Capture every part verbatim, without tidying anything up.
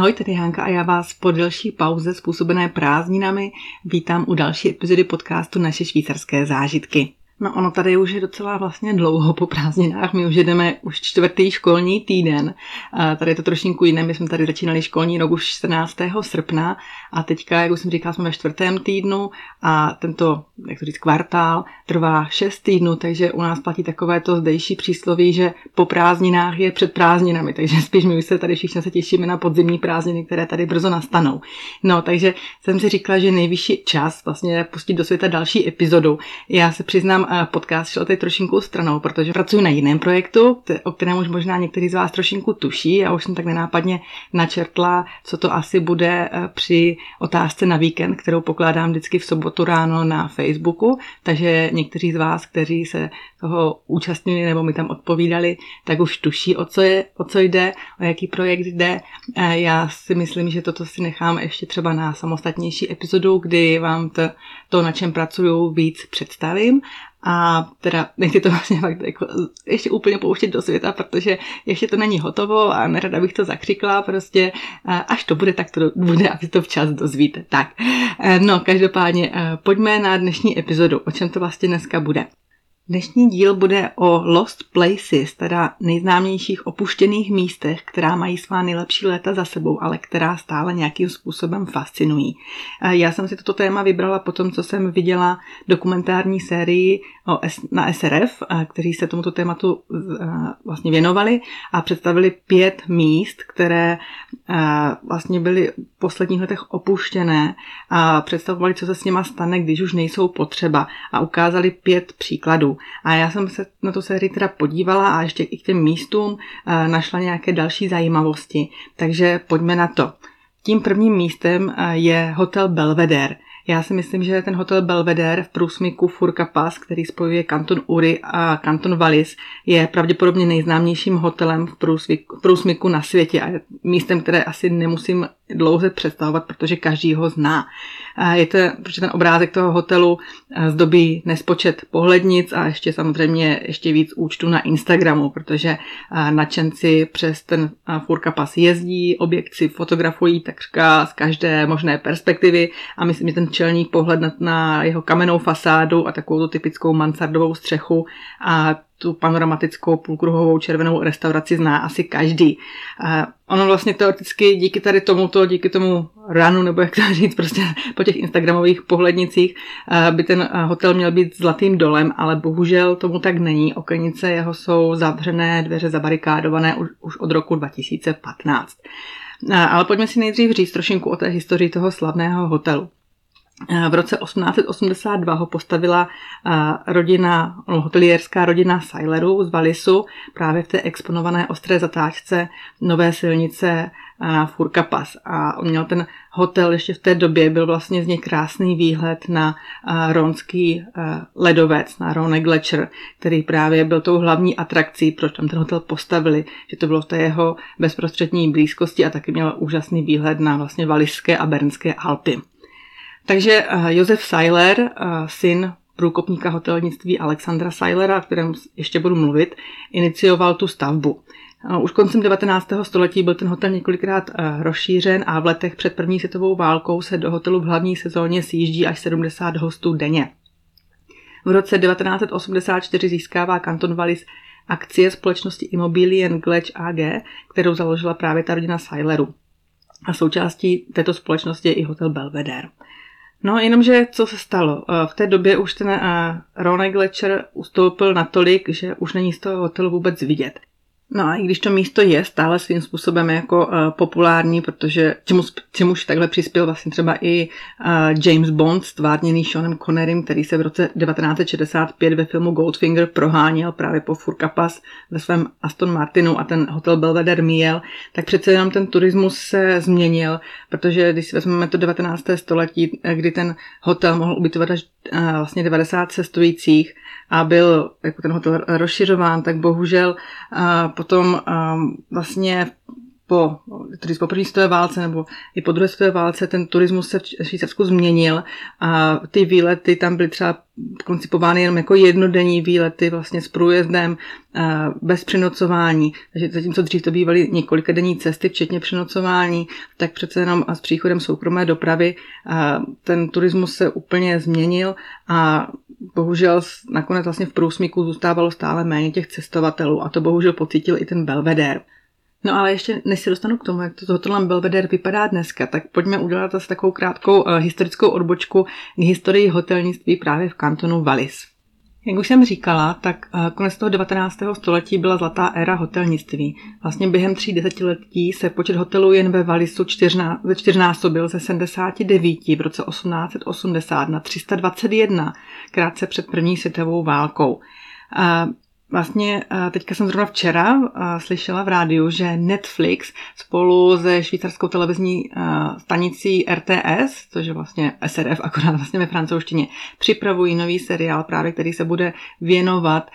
Ahoj, tady Hanka a já vás po delší pauze způsobené prázdninami vítám u další epizody podcastu Naše švýcarské zážitky. No ono tady už je docela vlastně dlouho po prázdninách, my už jedeme už čtvrtý školní týden. A tady je to trošinku jiné, my jsme tady začínali školní rok už čtrnáctého srpna a teďka, jak už jsem říkala, jsme ve čtvrtém týdnu a tento, jak to říct, kvartál trvá šest týdnů, takže u nás platí takové to zdejší přísloví, že po prázdninách je před prázdninami, takže spíš my už se tady všichni se těšíme na podzimní prázdniny, které tady brzo nastanou. No, takže jsem si říkala, že nejvyšší čas vlastně pustit do světa další epizodu. Já se přiznám, podcast šel tady trošinku stranou, protože pracuji na jiném projektu, o kterém už možná někteří z vás trošinku tuší. Já už jsem tak nenápadně načrtla, co to asi bude při otázce na víkend, kterou pokládám vždycky v sobotu ráno na Facebooku, takže někteří z vás, kteří se toho účastnili nebo mi tam odpovídali, tak už tuší, o co, je, o co jde, o jaký projekt jde. Já si myslím, že toto si nechám ještě třeba na samostatnější epizodu, kdy vám to, to na čem pracuju, víc představím. A teda nechci to vlastně fakt jako ještě úplně pouštět do světa, protože ještě to není hotovo a nerada bych to zakřikla, prostě až to bude, tak to bude, aby to včas dozvíte. Tak, no každopádně pojďme na dnešní epizodu, o čem to vlastně dneska bude. Dnešní díl bude o Lost Places, teda nejznámějších opuštěných místech, která mají svá nejlepší léta za sebou, ale která stále nějakým způsobem fascinují. Já jsem si toto téma vybrala po tom, co jsem viděla dokumentární sérii na S R F, kteří se tomuto tématu vlastně věnovali a představili pět míst, které vlastně byly v posledních letech opuštěné a představovali, co se s nima stane, když už nejsou potřeba a ukázali pět příkladů. A já jsem se na tu sérii teda podívala a ještě i k těm místům našla nějaké další zajímavosti. Takže pojďme na to. Tím prvním místem je hotel Belvedere. Já si myslím, že ten hotel Belvedere v průsmyku Furka Pass, který spojuje kanton Uri a kanton Wallis, je pravděpodobně nejznámějším hotelem v průsmyku, v průsmyku na světě a je místem, které asi nemusím dlouze představovat, protože každý ho zná. Je to, protože ten obrázek toho hotelu zdobí nespočet pohlednic a ještě samozřejmě ještě víc účtů na Instagramu, protože nadšenci přes ten Furka Pass jezdí, objekt si fotografují takřka z každé možné perspektivy a myslím, že ten čelní pohled na, na jeho kamennou fasádu a takovou tu typickou mansardovou střechu a tu panoramatickou půlkruhovou červenou restauraci zná asi každý. Uh, ono vlastně teoreticky díky tady tomuto, díky tomu runu, nebo jak to říct, prostě po těch instagramových pohlednicích uh, by ten hotel měl být zlatým dolem, ale bohužel tomu tak není. Okenice jeho jsou zavřené, dveře zabarikádované už, už od roku dva tisíce patnáct. Uh, ale pojďme si nejdřív říct trošinku o té historii toho slavného hotelu. V roce osmnáct set osmdesát dva ho postavila rodina, hoteliérská rodina Seilerů z Wallisu právě v té exponované ostré zatáčce nové silnice na Furka Pass. A on měl ten hotel ještě v té době, byl vlastně z něj krásný výhled na rónský ledovec, na Rhone Gletscher, který právě byl tou hlavní atrakcí, proč tam ten hotel postavili, že to bylo v té jeho bezprostřední blízkosti a taky měl úžasný výhled na vlastně Walliské a Bernské Alpy. Takže Josef Seiler, syn průkopníka hotelnictví Alexandra Seilera, o kterém ještě budu mluvit, inicioval tu stavbu. Už koncem devatenáctého století byl ten hotel několikrát rozšířen a v letech před první světovou válkou se do hotelu v hlavní sezóně sjíždí až sedmdesát hostů denně. V roce devatenáct set osmdesát čtyři získává kanton Wallis akcie společnosti Immobilien Gletscher A G, kterou založila právě ta rodina Seilerů. A součástí této společnosti je i hotel Belvedere. No, jenomže co se stalo? V té době už ten Rhone Gletscher ustoupil natolik, že už není z toho hotelu vůbec vidět. No a i když to místo je stále svým způsobem jako uh, populární, protože čemu, čemuž takhle přispěl vlastně třeba i uh, James Bond, stvárněný Seanem Connerym, který se v roce devatenáct set šedesát pět ve filmu Goldfinger proháněl právě po Furka Pass ve svém Aston Martinu a ten hotel Belvedere míjel, tak přece jenom ten turismus se změnil, protože když si vezmeme to devatenácté století, kdy ten hotel mohl ubytovat až uh, vlastně devadesát cestujících a byl jako ten hotel rozšiřován, tak bohužel uh, potom um, vlastně po, po první světové válce nebo i po druhé světové válce ten turismus se v Švýcarsku změnil a ty výlety tam byly třeba koncipovány jenom jako jednodenní výlety vlastně s průjezdem bez přenocování. Takže zatímco dřív to bývaly několikadenní cesty, včetně přenocování, tak přece jenom s příchodem soukromé dopravy ten turismus se úplně změnil a bohužel nakonec vlastně v průsmyku zůstávalo stále méně těch cestovatelů a to bohužel pocítil i ten Belvedere. No ale ještě než se dostanu k tomu, jak to hotelem Belvedere vypadá dneska, tak pojďme udělat zase takovou krátkou uh, historickou odbočku k historii hotelnictví právě v kantonu Wallis. Jak už jsem říkala, tak uh, konec toho devatenáctého století byla zlatá éra hotelnictví. Vlastně během tří desetiletí se počet hotelů jen ve Wallisu čtyřná, čtyřnásobil ze sedmdesát devět v roce osmnáct set osmdesát na tři sta dvacet jedna, krátce před první světovou válkou. Uh, Vlastně teďka jsem zrovna včera slyšela v rádiu, že Netflix spolu se švýcarskou televizní stanicí R T S, což je vlastně S R F, akorát vlastně ve francouzštině, připravují nový seriál právě, který se bude věnovat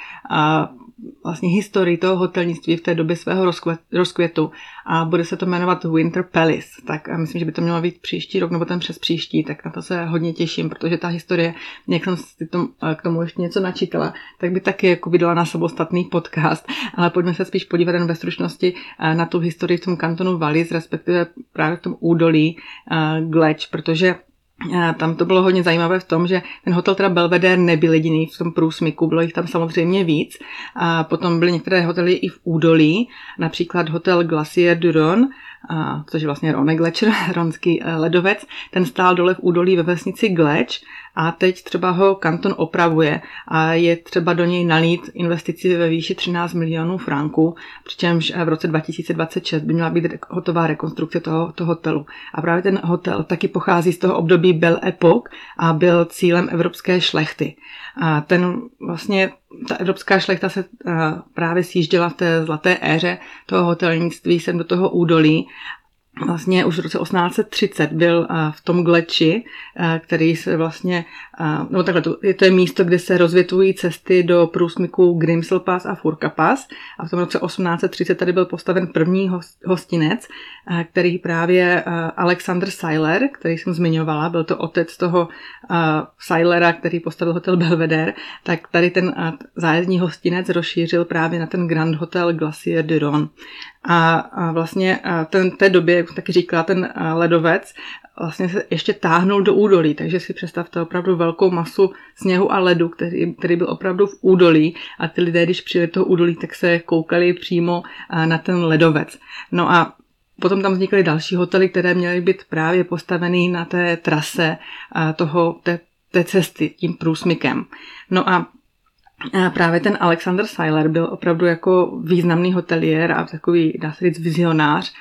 vlastně historii toho hotelnictví v té době svého rozkvětu a bude se to jmenovat Winter Palace. Tak myslím, že by to mělo být příští rok nebo ten přes příští, tak na to se hodně těším, protože ta historie, jak jsem si tom, k tomu ještě něco načítala, tak by taky jako vydala na samostatný podcast, ale pojďme se spíš podívat jen ve stručnosti na tu historii v tom kantonu Wallis, respektive právě v tom údolí Glech, protože tam to bylo hodně zajímavé v tom, že ten hotel teda Belvedere nebyl jediný v tom průsmyku, bylo jich tam samozřejmě víc. A potom byly některé hotely i v údolí, například hotel Glacier du Rhône, a, což je vlastně Rhône Gletscher, ronský ledovec, ten stál dole v údolí ve vesnici Glech a teď třeba ho kanton opravuje a je třeba do něj nalít investici ve výši třináct milionů franků, přičemž v roce dva tisíce dvacet šest by měla být hotová rekonstrukce toho, toho hotelu. A právě ten hotel taky pochází z toho období Belle Époque a byl cílem evropské šlechty. A ten vlastně, ta evropská šlechta se právě sjížděla v té zlaté éře toho hotelnictví sem do toho údolí. Vlastně už v roce osmnáct set třicet byl v tom Gleči, který se vlastně, no takhle, to je, to je místo, kde se rozvětvují cesty do průsmyku Grimsel Pass a Furka Pass a v tom roce osmnáct set třicet tady byl postaven první hostinec, který právě Alexander Seiler, který jsem zmiňovala, byl to otec toho Seilera, který postavil hotel Belvedere, tak tady ten zájezdní hostinec rozšířil právě na ten Grand Hotel Glacier du Rhône. A, a vlastně ten té době, jak taky říkala, ten ledovec vlastně se ještě táhnul do údolí, takže si představte opravdu velkou masu sněhu a ledu, který, který byl opravdu v údolí a ty lidé, když přijeli do toho údolí, tak se koukali přímo na ten ledovec. No a potom tam vznikly další hotely, které měly být právě postaveny na té trase toho, té, té cesty, tím průsmykem. No a A právě ten Alexander Seiler byl opravdu jako významný hotelier a takový, dá se říct, vizionář,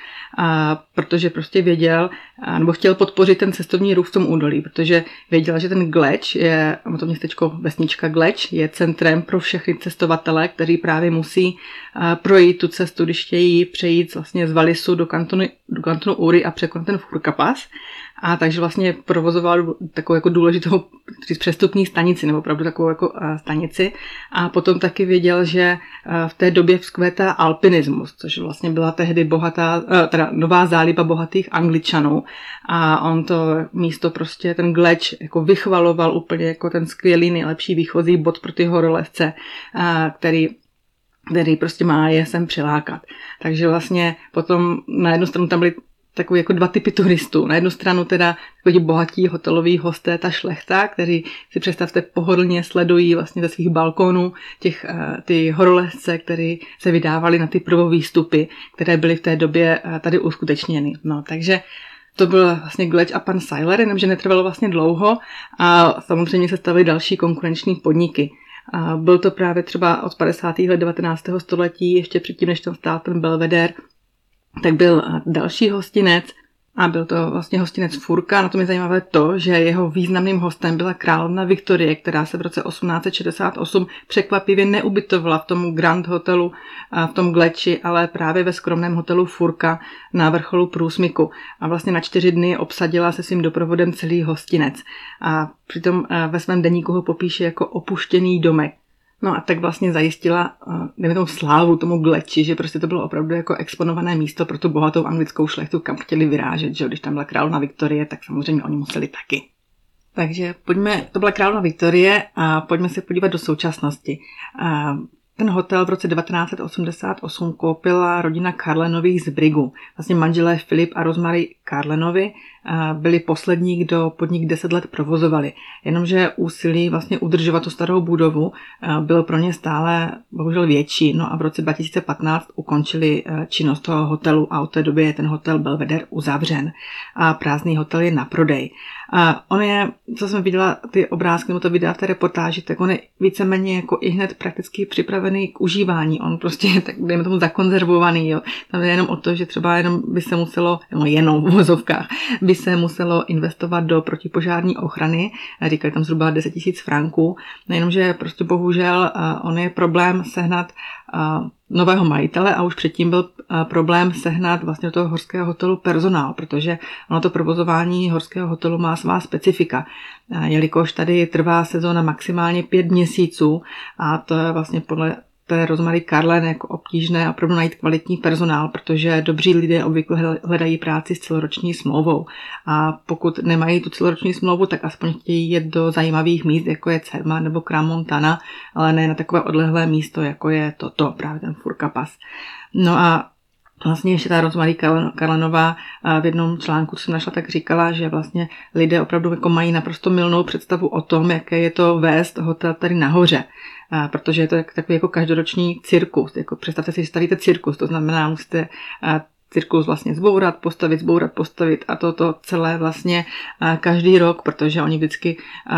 a protože prostě věděl, nebo chtěl podpořit ten cestovní ruch v tom údolí, protože věděl, že ten Glech je, to městečko, vesnička Glech, je centrem pro všechny cestovatele, kteří právě musí projít tu cestu, když chtějí přejít vlastně z Wallisu do kantonu, do kantonu Uri a překonat ten Furka Pass. A takže vlastně provozoval takovou jako důležitou přestupní stanici, nebo opravdu takovou jako stanici. A potom taky věděl, že v té době vzkvétá alpinismus, což vlastně byla tehdy bohatá, teda nová záliba bohatých Angličanů. A on to místo prostě, ten Glech, jako vychvaloval úplně jako ten skvělý, nejlepší výchozí bod pro ty horolezce, který který prostě má je sem přilákat. Takže vlastně potom na jednu stranu tam byly takový jako dva typy turistů. Na jednu stranu teda takový bohatí hoteloví hosté, ta šlechta, kteří si představte pohodlně sledují vlastně ze svých balkonů těch, ty horolezce, kteří se vydávali na ty prvovýstupy, které byly v té době tady uskutečněny. No, takže to byl vlastně Glech a pan Seiler, jenomže netrvalo vlastně dlouho a samozřejmě se stavily další konkurenční podniky. A byl to právě třeba od padesátých let devatenáctého století, ještě předtím, než tam stál ten Belvedere, tak byl další hostinec a byl to vlastně hostinec Furka. Na tom je zajímavé to, že jeho významným hostem byla královna Viktorie, která se v roce osmnáct set šedesát osm překvapivě neubytovala v tom Grand hotelu v tom Gleči, ale právě ve skromném hotelu Furka na vrcholu průsmyku. A vlastně na čtyři dny obsadila se svým doprovodem celý hostinec. A přitom ve svém deníku ho popíše jako opuštěný domek. No a tak vlastně zajistila, dejme tomu slávu tomu Gleči, že prostě to bylo opravdu jako exponované místo pro tu bohatou anglickou šlechtu, kam chtěli vyrážet, že když tam byla královna Viktorie, tak samozřejmě oni museli taky. Takže pojďme, to byla královna Viktorie a pojďme se podívat do současnosti. Ten hotel v roce devatenáct set osmdesát osm koupila rodina Carlenových z Briggu. Vlastně manželé Filip a Rosemary Carlenovi byli poslední, kdo podnik deset let provozovali. Jenomže úsilí vlastně udržovat tu starou budovu bylo pro ně stále bohužel větší. No a v roce dva tisíce patnáct ukončili činnost toho hotelu a od té doby je ten hotel Belvedere uzavřen. A prázdný hotel je na prodej. A on je, co jsem viděla, ty obrázky, nebo to videa v té reportáži, tak on je víceméně jako i hned prakticky připravený k užívání. On prostě je tak, dejme tomu, zakonzervovaný. Jo. Tam je jenom o to, že třeba jenom by se muselo, no jenom v vozovkách, by se muselo investovat do protipožární ochrany. Říkali tam zhruba deset tisíc franků. Jenomže prostě bohužel on je problém sehnat nového majitele a už předtím byl problém sehnat vlastně do toho horského hotelu personál, protože ono to provozování horského hotelu má svá specifika. Jelikož tady trvá sezóna maximálně pět měsíců a to je vlastně podle té Rosemary Carlen jako obtížné opravdu najít kvalitní personál, protože dobří lidé obvykle hledají práci s celoroční smlouvou. A pokud nemají tu celoroční smlouvu, tak aspoň chtějí jet do zajímavých míst, jako je Cerma nebo Crans-Montana, ale ne na takové odlehlé místo, jako je toto, právě ten Furka Pass. No a vlastně ještě ta Rosemary Carlenová v jednom článku, co jsem našla, tak říkala, že vlastně lidé opravdu jako mají naprosto mylnou představu o tom, jaké je to vést hotel tady nahoře. A protože je to takový jako každoroční cirkus. Jako představte si, že stavíte cirkus, to znamená, musíte cirkus vlastně zbourat, postavit, zbourat, postavit a toto celé vlastně každý rok, protože oni vždycky,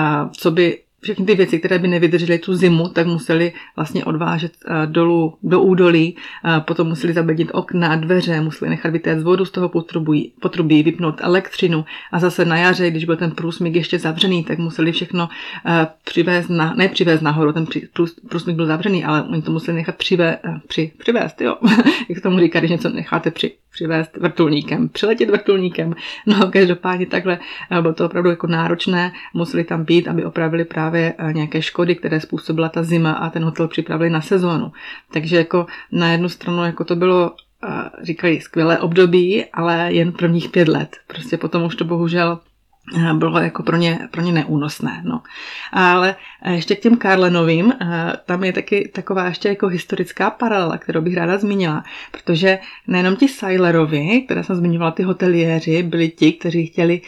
co by všechny ty věci, které by nevydržely tu zimu, tak museli vlastně odvážet dolů do údolí, potom museli zabednit okna, dveře, museli nechat vytéct vodu z toho potrubí, potrubí, vypnout elektřinu a zase na jaře, když byl ten průsmyk ještě zavřený, tak museli všechno přivést, na, ne přivést nahoru, ten průsmyk byl zavřený, ale oni to museli nechat přivé, při, přivést, jo, jak tomu říká, když něco necháte při, přivést vrtulníkem, přiletět vrtulníkem, no každopádně takhle bylo to opravdu jako náročné, museli tam být, aby opravili právě nějaké škody, které způsobila ta zima a ten hotel připravili na sezónu. Takže jako na jednu stranu jako to bylo, říkají, skvělé období, ale jen prvních pět let. Prostě potom už to bohužel bylo jako pro ně, pro ně neúnosné. No. Ale ještě k těm Carlenovým, tam je taky taková ještě jako historická paralela, kterou bych ráda zmínila, protože nejenom ti Seilerovi, které jsem zmiňovala, ty hoteliéři, byli ti, kteří chtěli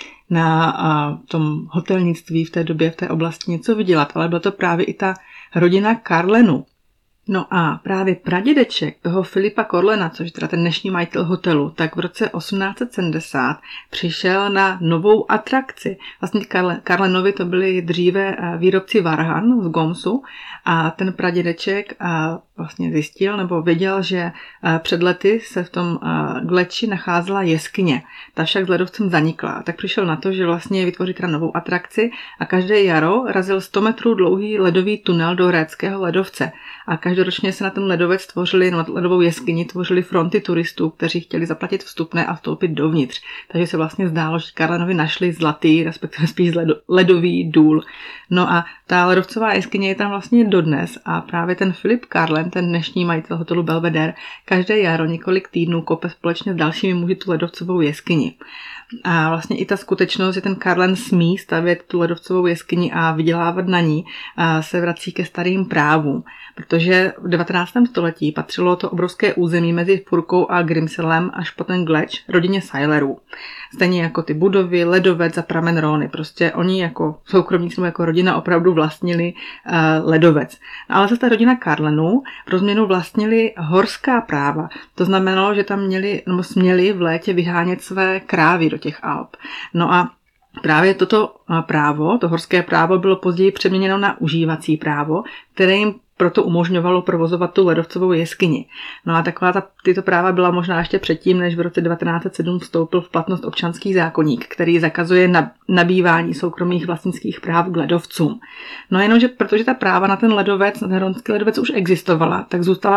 na tom hotelnictví v té době v té oblasti něco vydělat, ale byla to právě i ta rodina Carlenů. No a právě pradědeček toho Filipa Carlena, což je teda ten dnešní majitel hotelu, tak v roce osmnáct set sedmdesát přišel na novou atrakci. Vlastně Carlenovi to byli dříve výrobci varhan z Gomsu a ten pradědeček vlastně zjistil nebo věděl, že před lety se v tom Gleči nacházela jeskyně. Ta však s ledovcem zanikla. Tak přišel na to, že vlastně vytvoří teda novou atrakci a každé jaro razil sto metrů dlouhý ledový tunel do Réckého ledovce. A každoročně se na ten ledovec tvořili, na ledovou jeskyni tvořili fronty turistů, kteří chtěli zaplatit vstupné a vstoupit dovnitř. Takže se vlastně zdálo, že Carlenovi našli zlatý, respektive spíš ledový důl. No a ta ledovcová jeskyně je tam vlastně dodnes a právě ten Filip Carlen, ten dnešní majitel hotelu Belvedere, každé jaro několik týdnů kope společně s dalšími muži tu ledovcovou jeskyni. A vlastně i ta skutečnost, že ten Carlen smí stavět tu ledovcovou jeskyni a vydělávat na ní, se vrací ke starým právům, protože v devatenáctém století patřilo to obrovské území mezi Furkou a Grimselem až po ten Gleč rodině Seilerů. Stejně jako ty budovy, ledovec a pramen Rhôny. Prostě oni jako soukromníci jako rodina opravdu vlastnili uh, ledovec. Ale zase ta rodina Carlenů pro změnu vlastnili horská práva. To znamenalo, že tam měli, nebo směli v létě vyhánět své krávy do těch Alp. No a právě toto právo, to horské právo, bylo později přeměněno na užívací právo, které jim proto umožňovalo provozovat tu ledovcovou jeskyni. No a taková ta, tyto práva byla možná ještě předtím, než v roce devatenáct set sedm vstoupil v platnost občanský zákoník, který zakazuje nabývání soukromých vlastnických práv k ledovcům. No jenom, že protože ta práva na ten ledovec, na ten hronský ledovec už existovala, tak zůstala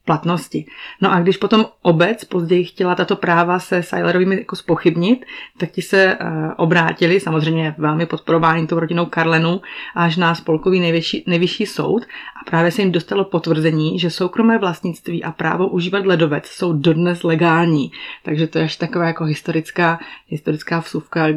platnosti. No a když potom obec později chtěla tato práva se Seilerovými jako zpochybnit, tak ti se uh, obrátili, samozřejmě velmi podporování tou rodinou Karlenů, až na spolkový nejvyšší, nejvyšší soud a právě se jim dostalo potvrzení, že soukromé vlastnictví a právo užívat ledovec jsou dodnes legální. Takže to je až taková jako historická, historická vsuvka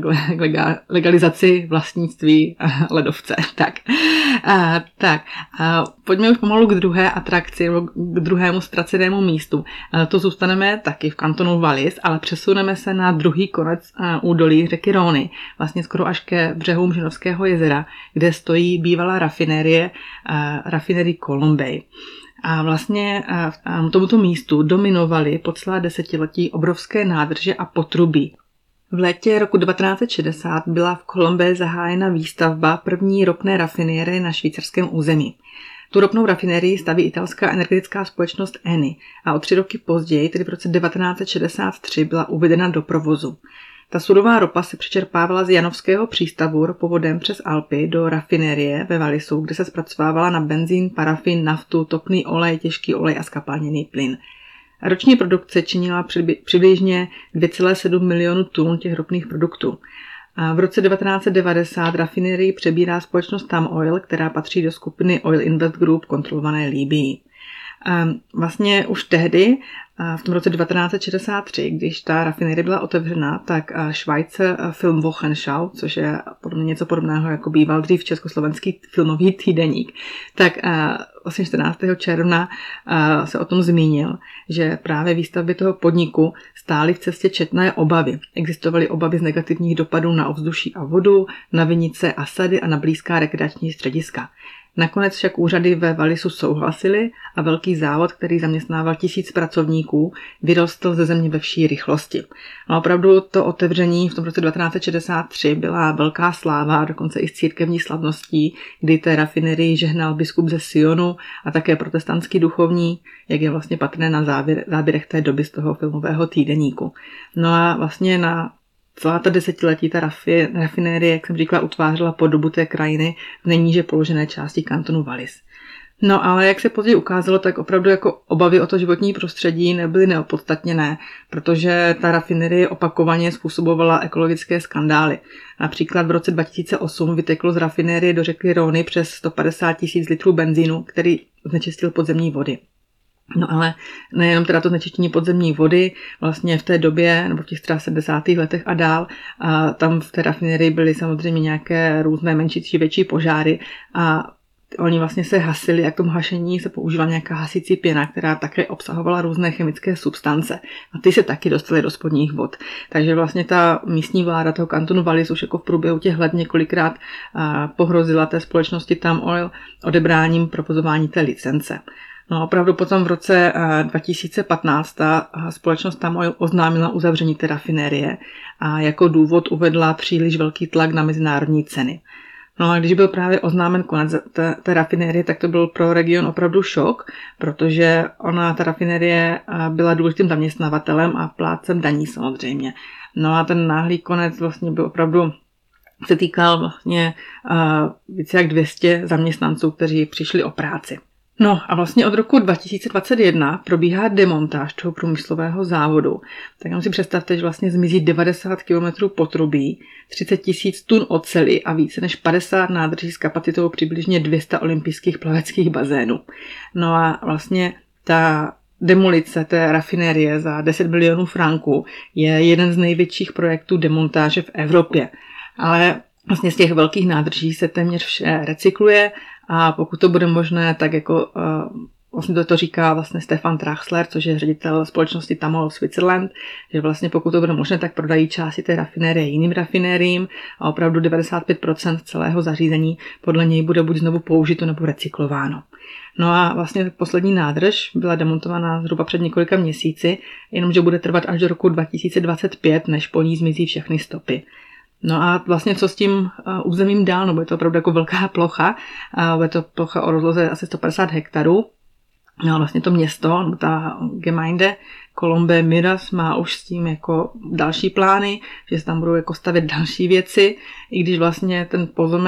k legalizaci vlastnictví ledovce. Tak, uh, tak uh, pojďme už pomalu k druhé atrakci, k druhému ztracenému místu. To zůstaneme taky v kantonu Vallis, ale přesuneme se na druhý konec údolí řeky Rhôny, vlastně skoro až ke břehům Ženovského jezera, kde stojí bývalá rafinérie, rafinérie Colombey. A vlastně v tomuto místu dominovaly po celá desetiletí obrovské nádrže a potrubí. V létě roku devatenáct set šedesát byla v Colombey zahájena výstavba první ropné rafinérie na švýcarském území. Tu ropnou rafinérii staví italská energetická společnost Eni a o tři roky později, tedy v roce devatenáct set šedesát tři, byla uvedena do provozu. Ta surová ropa se přečerpávala z Janovského přístavu ropovodem přes Alpy do rafinérie ve Vallisu, kde se zpracovávala na benzín, parafin, naftu, topný olej, těžký olej a zkapalněný plyn. Roční produkce činila přibližně dvě celá sedm milionů tun těch ropných produktů. A v roce devatenáct set devadesát rafinérii přebírá společnost Tamoil, která patří do skupiny Oil Invest Group kontrolované Libyí. A vlastně už tehdy, v tom roce devatenáct set šedesát tři, když ta rafinérie byla otevřena, tak Schweizer Filmwochenschau, což je podobně něco podobného, jako býval dřív československý filmový týdeník, tak vlastně čtrnáctého června se o tom zmínil, že právě výstavby toho podniku stály v cestě četné obavy. Existovaly obavy z negativních dopadů na ovzduší a vodu, na vinice a sady a na blízká rekreační střediska. Nakonec však úřady ve Vallisu souhlasily a velký závod, který zaměstnával tisíc pracovníků, vyrostl ze země ve vší rychlosti. No opravdu to otevření v tom roce devatenáct set šedesát tři byla velká sláva, dokonce i z církevní slavností, kdy té rafinérii žehnal biskup ze Sionu a také protestantský duchovní, jak je vlastně patrné na záběr, záběrech té doby z toho filmového týdeníku. No a vlastně na celá ta desetiletí ta rafi, rafinérie, jak jsem říkala, utvářela podobu té krajiny v nejníže položené části kantonu Vallis. No ale jak se později ukázalo, tak opravdu jako obavy o to životní prostředí nebyly neopodstatněné, protože ta rafinérie opakovaně způsobovala ekologické skandály. Například v roce dva tisíce osm vyteklo z rafinérie do řeky Rhôny přes sto padesát tisíc litrů benzínu, který znečistil podzemní vody. No ale nejenom teda to znečištění podzemní vody, vlastně v té době, nebo v těch třeba sedmdesátých letech a dál, a tam v té rafinérii byly samozřejmě nějaké různé menší či větší požáry a oni vlastně se hasili a k tomu hašení se používala nějaká hasicí pěna, která také obsahovala různé chemické substance. A ty se taky dostaly do spodních vod. Takže vlastně ta místní vláda toho kantonu Vallis už jako v průběhu těch let několikrát pohrozila té společnosti Tamoil odebráním provozování té licence. No opravdu potom v roce dva tisíce patnáct ta společnost Tamoil oznámila uzavření té rafinérie a jako důvod uvedla příliš velký tlak na mezinárodní ceny. No a když byl právě oznámen konec té, té rafinérie, tak to byl pro region opravdu šok, protože ona, ta rafinérie, byla důležitým zaměstnavatelem a plátcem daní samozřejmě. No a ten náhlý konec vlastně byl opravdu, se týkal vlastně uh, více jak dvě stě zaměstnanců, kteří přišli o práci. No a vlastně od roku dva tisíce dvacet jedna probíhá demontáž toho průmyslového závodu. Tak nám si představte, že vlastně zmizí devadesát kilometrů potrubí, třicet tisíc tun oceli a více než padesát nádrží s kapacitou přibližně dvě stě olympijských plaveckých bazénů. No a vlastně ta demolice té rafinérie za deset milionů franků je jeden z největších projektů demontáže v Evropě. Ale vlastně z těch velkých nádrží se téměř vše recykluje a pokud to bude možné, tak jako uh, vlastně to, to říká vlastně Stefan Traxler, což je ředitel společnosti Tamoil Switzerland, že vlastně pokud to bude možné, tak prodají části té rafinérie jiným rafinériím a opravdu devadesát pět procent celého zařízení podle něj bude buď znovu použito nebo recyklováno. No a vlastně poslední nádrž byla demontovaná zhruba před několika měsíci, jenomže bude trvat až do roku dva tisíce dvacet pět, než po ní zmizí všechny stopy. No a vlastně co s tím územím dál, no bude to opravdu jako velká plocha, bude to plocha o rozloze asi sto padesát hektarů. No vlastně to město, no ta Gemeinde Colombey Miras má už s tím jako další plány, že se tam budou jako stavět další věci, i když vlastně ten pozemek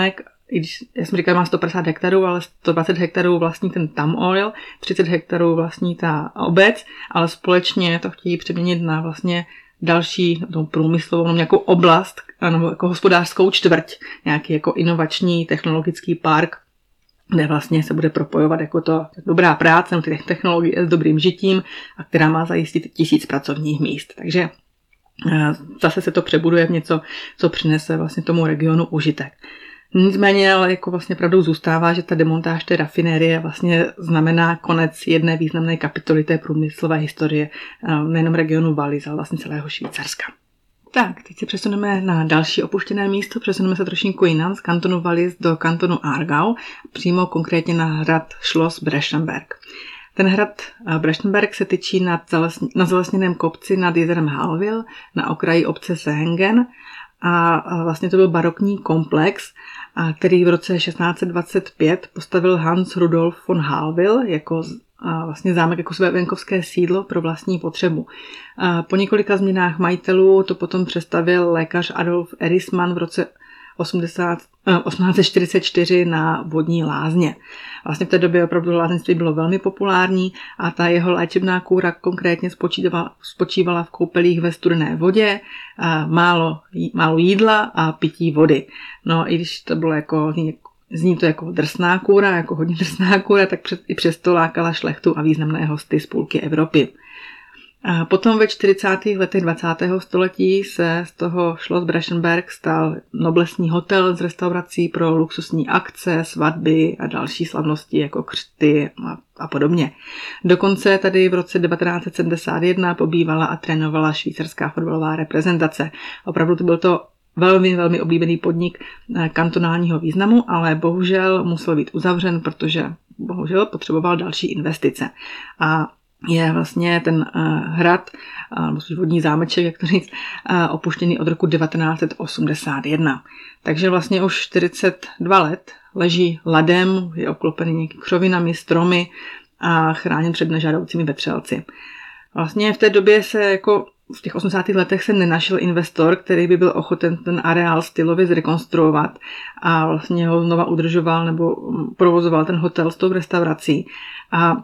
i když, já jsem říkala, má sto padesát hektarů, ale sto dvacet hektarů vlastní ten Tam Oil, třicet hektarů vlastní ta obec, ale společně to chtějí přeměnit na vlastně další no, průmyslovou, no, nějakou oblast, nebo jako hospodářskou čtvrť, nějaký jako inovační technologický park, kde vlastně se bude propojovat jako to dobrá práce, no, ty technologie s dobrým žitím a která má zajistit tisíc pracovních míst. Takže zase se to přebuduje v něco, co přinese vlastně tomu regionu užitek. Nicméně ale jako vlastně pravdou zůstává, že ta demontáž té rafinérie vlastně znamená konec jedné významné kapitoly té průmyslové historie nejenom regionu Wallis, ale vlastně celého Švýcarska. Tak, teď se přesuneme na další opuštěné místo, přesuneme se trošinku jinam z kantonu Wallis do kantonu Aargau, přímo konkrétně na hrad Schloss Brechenberg. Ten hrad Brechenberg se tyčí nad zalesně, na zalesněném kopci nad jezerem Halvil na okraji obce Sehengen a vlastně to byl barokní komplex, který v roce šestnáct dvacet pět postavil Hans Rudolf von Halvil jako vlastně zámek jako své venkovské sídlo pro vlastní potřebu. Po několika změnách majitelů to potom přestavil lékař Adolf Erisman v roce osmnáct čtyřicet čtyři na vodní lázně. Vlastně v té době opravdu lázeňství bylo velmi populární a ta jeho léčebná kůra konkrétně spočívala, spočívala v koupelích ve studené vodě, málo, málo jídla a pití vody. No i když to bylo jako, zní to jako drsná kůra, jako hodně drsná kůra, tak před, i přesto lákala šlechtu a významné hosty z půlky Evropy. A potom ve čtyřicátých letech dvacátého století se z toho Schloss Brechenberg stal noblesní hotel s restaurací pro luxusní akce, svatby a další slavnosti jako křty a, a podobně. Dokonce tady v roce devatenáct set sedmdesát jedna pobývala a trénovala švýcarská fotbalová reprezentace. Opravdu to byl to velmi, velmi oblíbený podnik kantonálního významu, ale bohužel musel být uzavřen, protože bohužel potřeboval další investice. A je vlastně ten uh, hrad, uh, vodní zámeček, jak to říct, uh, opuštěný od roku devatenáct set osmdesát jedna. Takže vlastně už čtyřicet dva let leží ladem, je oklopený nějaký křovinami, stromy a chráněn před nežádoucími vetřelci. Vlastně v té době se jako v těch osmdesátých letech se nenašel investor, který by byl ochoten ten areál stylově zrekonstruovat a vlastně ho znova udržoval nebo provozoval ten hotel s tou restaurací. A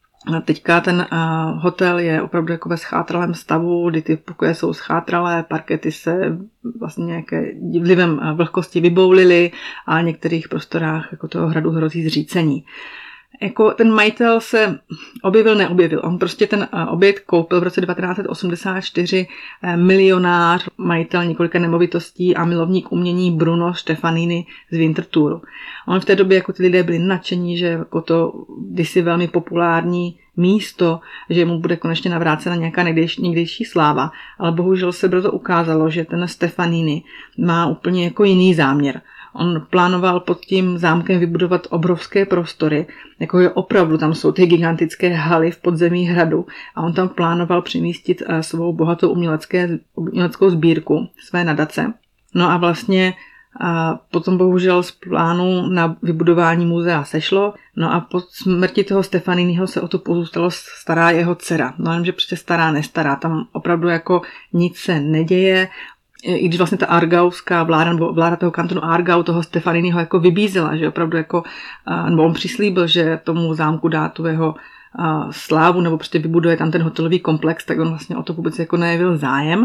teďka ten hotel je opravdu jako ve schátralém stavu, kdy ty pokoje jsou schátralé, parkety se vlastně nějaké vlivem vlhkosti vyboulily a v některých prostorách jako toho hradu hrozí zřícení. Jako ten majitel se objevil, neobjevil. On prostě ten objekt koupil v roce devatenáct set osmdesát čtyři milionář, majitel několika nemovitostí a milovník umění Bruno Stefanini z Winterthuru. On v té době jako ty lidé byli nadšení, že jako to kdysi velmi populární místo, že mu bude konečně navrácena nějaká někdejší, někdejší sláva, ale bohužel se brzo ukázalo, že ten Stefanini má úplně jako jiný záměr. On plánoval pod tím zámkem vybudovat obrovské prostory, jako je opravdu, tam jsou ty gigantické haly v podzemí hradu a on tam plánoval přemístit svou bohatou umělecké, uměleckou sbírku, své nadace. No a vlastně a potom bohužel z plánu na vybudování muzea sešlo, no a po smrti toho Stefaniniho se o to pozůstalo stará jeho dcera. No jenže prostě stará nestará, tam opravdu jako nic se neděje, i když vlastně ta argauská vláda, nebo vláda toho kantonu Aargau toho Stefaniniho jako vybízela, že opravdu jako, nebo on přislíbil, že tomu zámku dá tu jeho slávu, nebo prostě vybuduje tam ten hotelový komplex, tak on vlastně o to vůbec jako nejevil zájem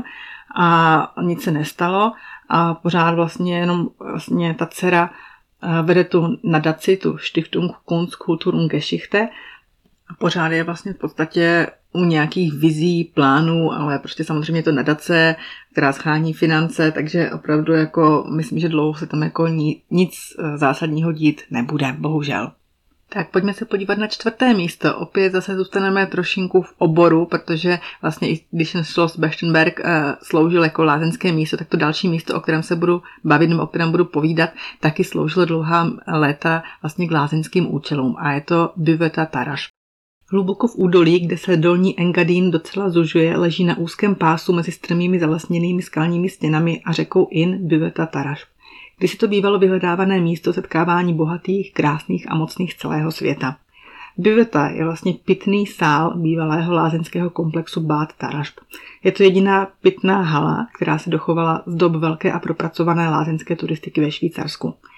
a nic se nestalo a pořád vlastně jenom vlastně ta dcera vede tu nadaci, tu Stiftung Kunst, Kultur und Geschichte a pořád je vlastně v podstatě u nějakých vizí, plánů, ale prostě samozřejmě je to nadace, která schání finance, takže opravdu jako myslím, že dlouho se tam jako nic zásadního dít nebude, bohužel. Tak pojďme se podívat na čtvrté místo. Opět zase zůstaneme trošinku v oboru, protože vlastně i když ten Schloss Brechenberg sloužil jako lázeňské místo, tak to další místo, o kterém se budu bavit nebo o kterém budu povídat, taky sloužilo dlouhá léta vlastně k lázeňským účelům a je to Büveta Tarasp. Hluboko v údolí, kde se dolní Engadin docela zužuje, leží na úzkém pásu mezi strmými zalesněnými skalními stěnami a řekou Inn Büveta Tarasp. Když si to bývalo vyhledávané místo setkávání bohatých, krásných a mocných z celého světa. Büveta je vlastně pitný sál bývalého lázeňského komplexu Bad Tarasp. Je to jediná pitná hala, která se dochovala z dob velké a propracované lázeňské turistiky ve Švýcarsku.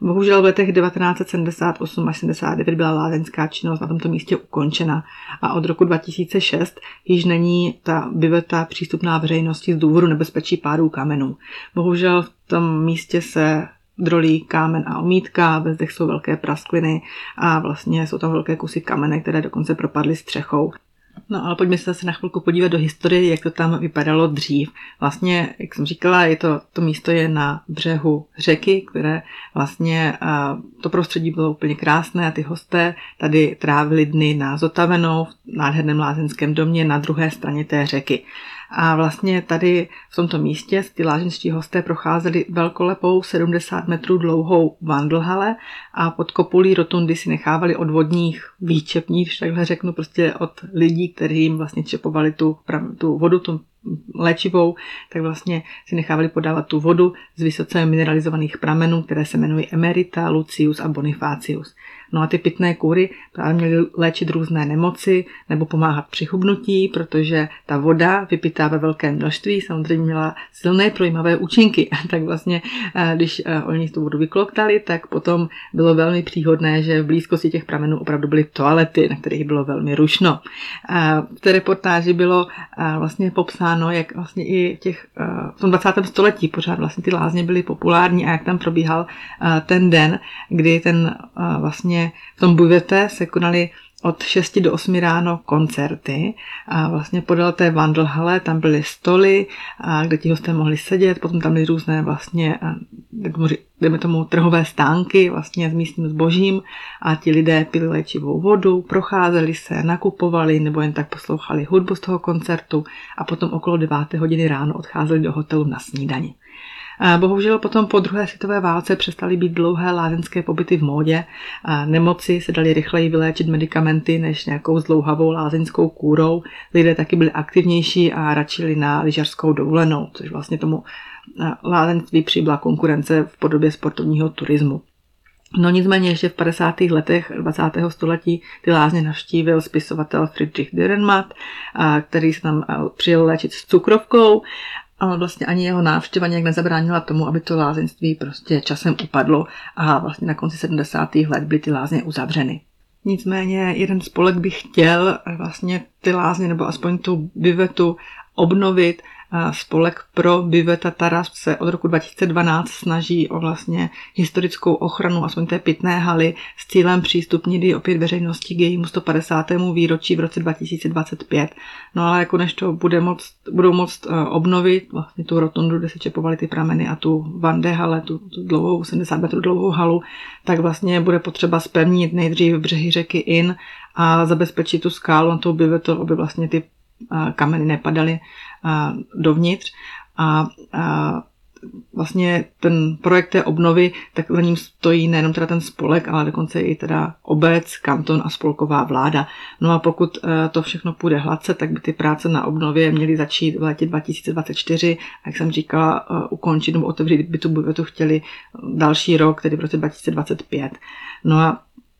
Bohužel v letech devatenáct set sedmdesát osm až sedmdesát devět byla lázeňská činnost na tomto místě ukončena a od roku dva tisíce šest již není ta biveta přístupná veřejnosti z důvodu nebezpečí pádů kamenů. Bohužel v tom místě se drolí kámen a omítka, ve zdech jsou velké praskliny a vlastně jsou tam velké kusy kamene, které dokonce propadly střechou. No ale pojďme se zase na chvilku podívat do historie, jak to tam vypadalo dřív. Vlastně, jak jsem říkala, je to, to místo je na břehu řeky, které vlastně to prostředí bylo úplně krásné a ty hosté tady trávili dny na Zotavenou v nádherném lázeňském domě na druhé straně té řeky. A vlastně tady v tomto místě ty lázeňští hosté procházeli velkolepou sedmdesát metrů dlouhou Wandelhalle a pod kopulí rotundy si nechávali od vodních výčepních, když takhle řeknu, prostě od lidí, kteří jim vlastně čepovali tu, tu vodu, tu léčivou, tak vlastně si nechávali podávat tu vodu z vysoce mineralizovaných pramenů, které se jmenují Emerita, Lucius a Bonifacius. No a ty pitné kůry právě měly léčit různé nemoci nebo pomáhat při chubnutí, protože ta voda vypitá ve velkém množství samozřejmě měla silné projímavé účinky. Tak vlastně, když oni tu vodu vykloktali, tak potom bylo velmi příhodné, že v blízkosti těch pramenů opravdu byly toalety, na kterých bylo velmi rušno. V té reportáži bylo vlastně popsáno, jak vlastně i v, těch, v tom dvacátém století pořád vlastně ty lázně byly populární a jak tam probíhal ten den, kdy ten vlastně v tom buvete se konaly od šesti do osmi ráno koncerty a vlastně podél té Wandelhalle tam byly stoly, kde ti hosté mohli sedět, potom tam byly různé vlastně, dejme tomu, trhové stánky vlastně s místním zbožím a ti lidé pili léčivou vodu, procházeli se, nakupovali nebo jen tak poslouchali hudbu z toho koncertu a potom okolo deváté hodiny ráno odcházeli do hotelu na snídani. Bohužel potom po druhé světové válce přestaly být dlouhé lázeňské pobyty v módě. Nemoci se daly rychleji vyléčit medicamenty než nějakou zdlouhavou lázeňskou kůrou. Lidé taky byli aktivnější a radšili na lyžařskou dovolenou, což vlastně tomu lázeňství přibyla konkurence v podobě sportovního turismu. No nicméně ještě v padesátých letech dvacátého století ty lázně navštívil spisovatel Friedrich Dürrenmatt, který se tam přijel léčit s cukrovkou. Ale vlastně ani jeho návštěva nějak nezabránila tomu, aby to lázeňství prostě časem upadlo a vlastně na konci sedmdesátých let byly ty lázně uzavřeny. Nicméně jeden spolek by chtěl vlastně ty lázně nebo aspoň tu bivetu obnovit. Spolek pro Biveta Taras se od roku dva tisíce dvanáct snaží o vlastně historickou ochranu aspoň té pitné haly s cílem přístupnit ji opět veřejnosti k jejímu sto padesátému výročí v roce dva tisíce dvacet pět. No ale jako než to bude moct, budou moct obnovit vlastně tu rotundu, kde se čepovaly ty prameny a tu Wandelhalle, tu, tu dlouhou sedmdesát metrů dlouhou halu, tak vlastně bude potřeba zpevnit nejdřív břehy řeky Inn a zabezpečit tu skálu na tou bivetu, aby vlastně ty kameny nepadaly dovnitř a, a vlastně ten projekt té obnovy, tak za ním stojí nejenom teda ten spolek, ale dokonce i teda obec, kanton a spolková vláda. No a pokud to všechno půjde hladce, tak by ty práce na obnově měly začít v létě dva tisíce dvacet čtyři, a jak jsem říkala, ukončit nebo otevřít by tu bivetu chtěli další rok, tedy v roce dva tisíce dvacet pět. No a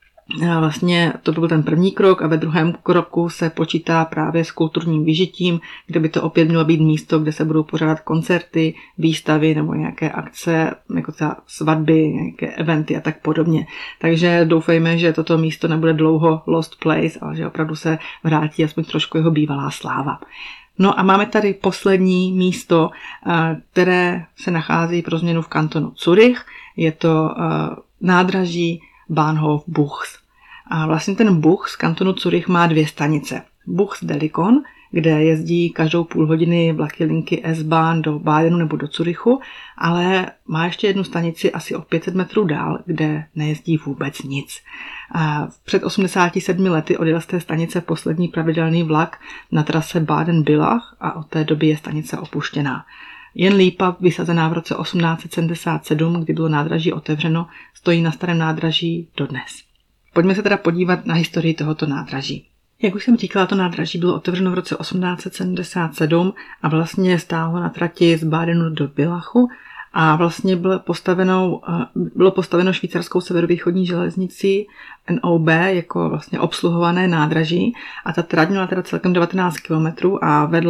vlastně to byl ten první krok a ve druhém kroku se počítá právě s kulturním vyžitím, kde by to opět mělo být místo, kde se budou pořádat koncerty, výstavy nebo nějaké akce, jako třeba svatby, nějaké eventy a tak podobně. Takže doufejme, že toto místo nebude dlouho lost place, ale že opravdu se vrátí aspoň trošku jeho bývalá sláva. No a máme tady poslední místo, které se nachází pro změnu v kantonu Zurich. Je to nádraží Bahnhof Buchs. A vlastně ten Buchs z kantonu Zurich má dvě stanice. Buchs Delikon, kde jezdí každou půl hodiny vlaky linky S-Bahn do Bádenu nebo do Curychu, ale má ještě jednu stanici asi o pět set metrů dál, kde nejezdí vůbec nic. A před osmdesáti sedmi lety odjel z té stanice poslední pravidelný vlak na trase Baden-Billach a od té doby je stanice opuštěná. Jen lípa, vysazená v roce osmnáct set sedmdesát sedm, kdy bylo nádraží otevřeno, stojí na starém nádraží dodnes. Pojďme se teda podívat na historii tohoto nádraží. Jak už jsem říkala, to nádraží bylo otevřeno v roce osmnáct set sedmdesát sedm a vlastně stálo na trati z Bádenu do Billachu a vlastně bylo postaveno, bylo postaveno švýcarskou severovýchodní železnicí N O B jako vlastně obsluhované nádraží a ta trať měla teda celkem devatenáct kilometrů a vedla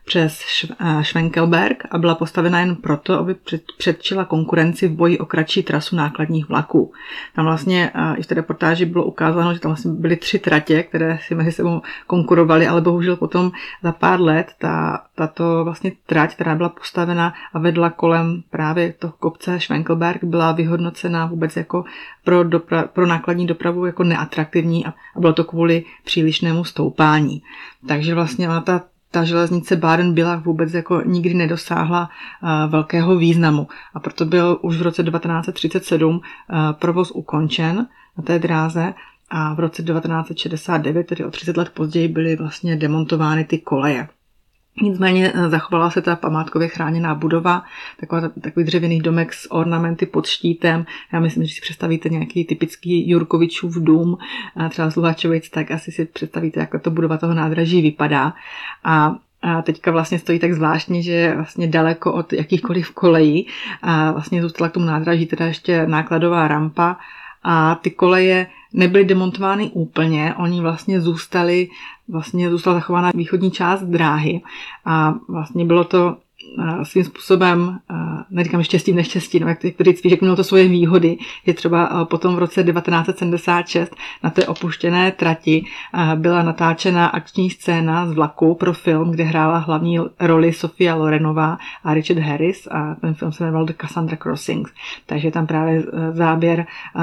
přes Schwenkelberg a byla postavena jen proto, aby předčila konkurenci v boji o kratší trasu nákladních vlaků. Tam vlastně i v té reportáži bylo ukázáno, že tam vlastně byly tři tratě, které si mezi sebou konkurovaly, ale bohužel potom za pár let ta, tato vlastně trať, která byla postavena a vedla kolem právě toho kopce Schwenkelberg, byla vyhodnocena vůbec jako pro, dopra- pro nákladní dopravu jako neatraktivní a bylo to kvůli přílišnému stoupání. Takže vlastně ona ta Ta železnice Baden-Billach vůbec jako nikdy nedosáhla uh, velkého významu a proto byl už v roce devatenáct set třicet sedm uh, provoz ukončen na té dráze a v roce devatenáct set šedesát devět, tedy o třicet let později, byly vlastně demontovány ty koleje. Nicméně zachovala se ta památkově chráněná budova, taková, takový dřevěný domek s ornamenty pod štítem. Já myslím, že si představíte nějaký typický Jurkovičův dům, třeba z Luhačovic, tak asi si představíte, jak to budova toho nádraží vypadá. A A teďka vlastně stojí tak zvláštně, že je vlastně daleko od jakýchkoliv kolejí. A vlastně zůstala k tomu nádraží teda ještě nákladová rampa a ty koleje nebyly demontovány úplně, oni vlastně zůstali, vlastně zůstala zachována východní část dráhy a vlastně bylo to svým způsobem, neříkám štěstí v neštěstí, no jak to říct, že mělo to svoje výhody, že třeba potom v roce devatenáct set sedmdesát šest na té opuštěné trati byla natáčena akční scéna z vlaku pro film, kde hrála hlavní roli Sofia Lorenová a Richard Harris a ten film se jmenoval The Cassandra Crossings, takže tam právě záběr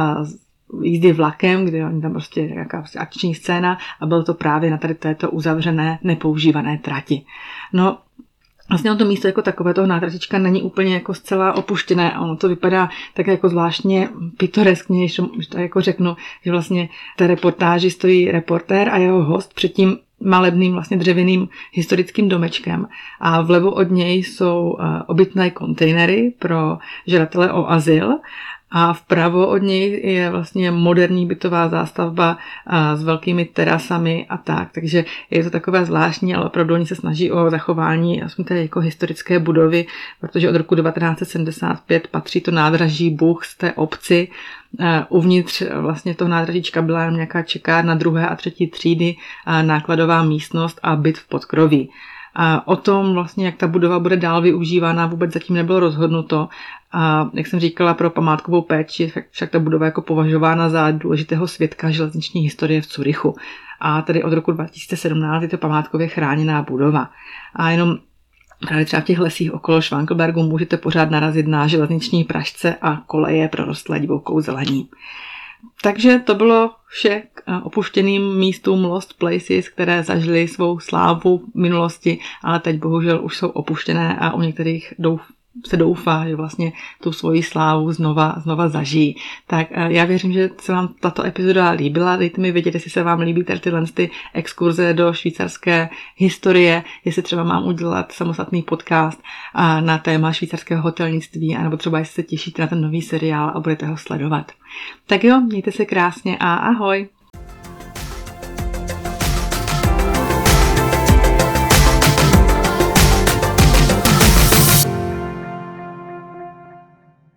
jízdy vlakem, kde oni tam prostě jaká prostě akční scéna a bylo to právě na tady této uzavřené, nepoužívané trati. No, vlastně to místo jako takové toho nádražička není úplně jako zcela opuštěné a ono to vypadá tak jako zvláštně pitoreskně, že to jako řeknu, že vlastně v té reportáži stojí reportér a jeho host před tím malebným vlastně dřevěným historickým domečkem a vlevo od něj jsou obytné kontejnery pro žadatele o azyl a vpravo od něj je vlastně moderní bytová zástavba s velkými terasami a tak. Takže je to takové zvláštní, ale opravdu oni se snaží o zachování aspoň tedy jako historické budovy, protože od roku devatenáct set sedmdesát pět patří to nádraží Buch z té obci. Uvnitř vlastně toho nádražíčka byla jen nějaká čekárna druhé a třetí třídy, nákladová místnost a byt v podkroví. A o tom vlastně, jak ta budova bude dál využívána, vůbec zatím nebylo rozhodnuto. A jak jsem říkala, pro památkovou péči však ta budova jako považována za důležitého svědka železniční historie v Curychu. A tedy od roku dva tisíce sedmnáct je to památkově chráněná budova. A jenom právě třeba v těch lesích okolo Schwenkelbergu můžete pořád narazit na železniční pražce a koleje prorostlé divokou zelení. Takže to bylo vše k opuštěným místům Lost Places, které zažily svou slávu v minulosti, ale teď bohužel už jsou opuštěné a u některých douf, se doufá, že vlastně tu svoji slávu znova, znova zažijí. Tak já věřím, že se vám tato epizoda líbila. Dejte mi vědět, jestli se vám líbí tady tyhle ty exkurze do švýcarské historie, jestli třeba mám udělat samostatný podcast na téma švýcarského hotelnictví, anebo třeba jestli se těšíte na ten nový seriál a budete ho sledovat. Tak jo, mějte se krásně a ahoj!